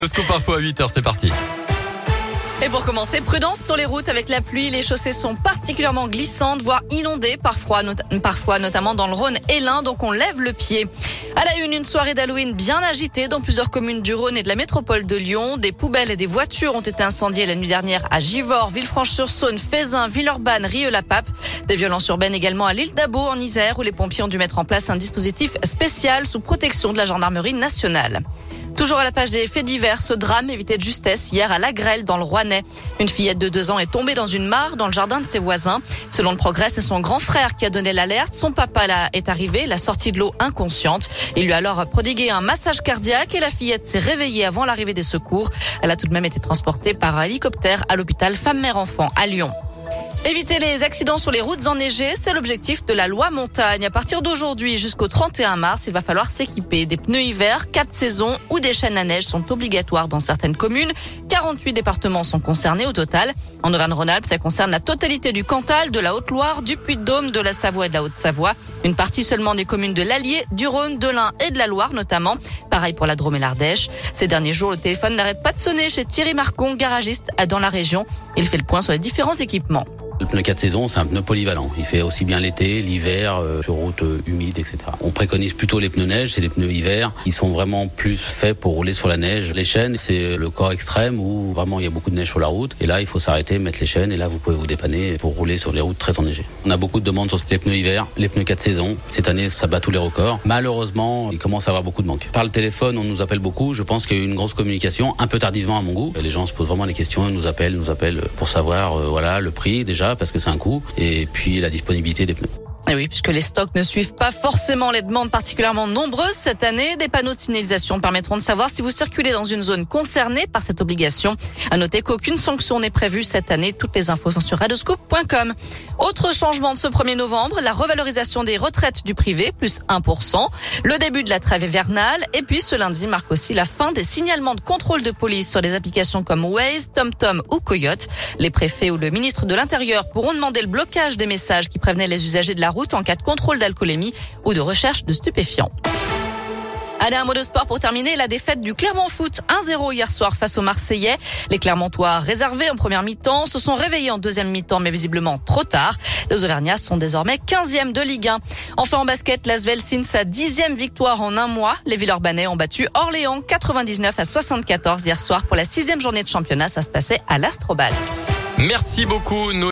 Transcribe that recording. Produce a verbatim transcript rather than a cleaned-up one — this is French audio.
Le Scoop Info à huit heures, c'est parti. Et pour commencer, prudence sur les routes avec la pluie. Les chaussées sont particulièrement glissantes, voire inondées parfois, not- parfois notamment dans le Rhône et l'Ain, donc on lève le pied. À la une, une soirée d'Halloween bien agitée dans plusieurs communes du Rhône et de la métropole de Lyon. Des poubelles et des voitures ont été incendiées la nuit dernière à Givors, Villefranche-sur-Saône, Fézin, Villeurbanne, Rieux-la-Pape. Des violences urbaines également à l'île d'Abo en Isère où les pompiers ont dû mettre en place un dispositif spécial sous protection de la gendarmerie nationale. Toujours à la page des faits divers, ce drame évité de justesse hier à La Grêle dans le Rouennais. Une fillette de deux ans est tombée dans une mare dans le jardin de ses voisins. Selon le Progrès, c'est son grand frère qui a donné l'alerte. Son papa là est arrivé, l'a sortie de l'eau inconsciente. Il lui a alors prodigué un massage cardiaque et la fillette s'est réveillée avant l'arrivée des secours. Elle a tout de même été transportée par hélicoptère à l'hôpital Femme-Mère-Enfant à Lyon. Éviter les accidents sur les routes enneigées, c'est l'objectif de la loi montagne. À partir d'aujourd'hui jusqu'au trente et un mars, il va falloir s'équiper. Des pneus hiver, quatre saisons ou des chaînes à neige sont obligatoires dans certaines communes. quarante-huit départements sont concernés au total. En Auvergne-Rhône-Alpes, ça concerne la totalité du Cantal, de la Haute-Loire, du Puy-de-Dôme, de la Savoie et de la Haute-Savoie. Une partie seulement des communes de l'Allier, du Rhône, de l'Ain et de la Loire notamment. Pareil pour la Drôme et l'Ardèche. Ces derniers jours, le téléphone n'arrête pas de sonner chez Thierry Marcon, garagiste dans la région. Il fait le point sur les différents équipements. Le pneu quatre saisons, c'est un pneu polyvalent. Il fait aussi bien l'été, l'hiver, euh, sur route euh, humide, et cetera. On préconise plutôt les pneus neige, c'est les pneus hiver. Ils sont vraiment plus faits pour rouler sur la neige. Les chaînes, c'est le corps extrême où vraiment il y a beaucoup de neige sur la route. Et là, il faut s'arrêter, mettre les chaînes et là, vous pouvez vous dépanner pour rouler sur les routes très enneigées. On a beaucoup de demandes sur les pneus hiver, les pneus quatre saisons. Cette année, ça bat tous les records. Malheureusement, il commence à avoir beaucoup de manques. Par le téléphone, on nous appelle beaucoup. Je pense qu'il y a eu une grosse communication, un peu tardivement à mon goût. Les gens se posent vraiment des questions, ils nous appellent, nous appellent pour savoir, euh, voilà, le prix déjà, parce que c'est un coût. Et puis la disponibilité des pneus. Et oui, puisque les stocks ne suivent pas forcément les demandes particulièrement nombreuses cette année, des panneaux de signalisation permettront de savoir si vous circulez dans une zone concernée par cette obligation. À noter qu'aucune sanction n'est prévue cette année. Toutes les infos sont sur radioscoop point com. Autre changement de ce premier novembre, la revalorisation des retraites du privé, plus un pour cent. Le début de la trêve hivernale. Et puis ce lundi marque aussi la fin des signalements de contrôle de police sur des applications comme Waze, TomTom ou Coyote. Les préfets ou le ministre de l'Intérieur pourront demander le blocage des messages qui prévenaient les usagers de la route en cas de contrôle d'alcoolémie ou de recherche de stupéfiants. Allez, un mot de sport pour terminer. La défaite du Clermont Foot un zéro hier soir face aux Marseillais. Les Clermontois réservés en première mi-temps se sont réveillés en deuxième mi-temps, mais visiblement trop tard. Les Auvergnats sont désormais quinzième de Ligue un. Enfin en basket, l'Asvel signe sa dixième victoire en un mois. Les Villeurbanais ont battu Orléans quatre-vingt-dix-neuf à soixante-quatorze hier soir pour la sixième journée de championnat. Ça se passait à l'Astrobal. Merci beaucoup.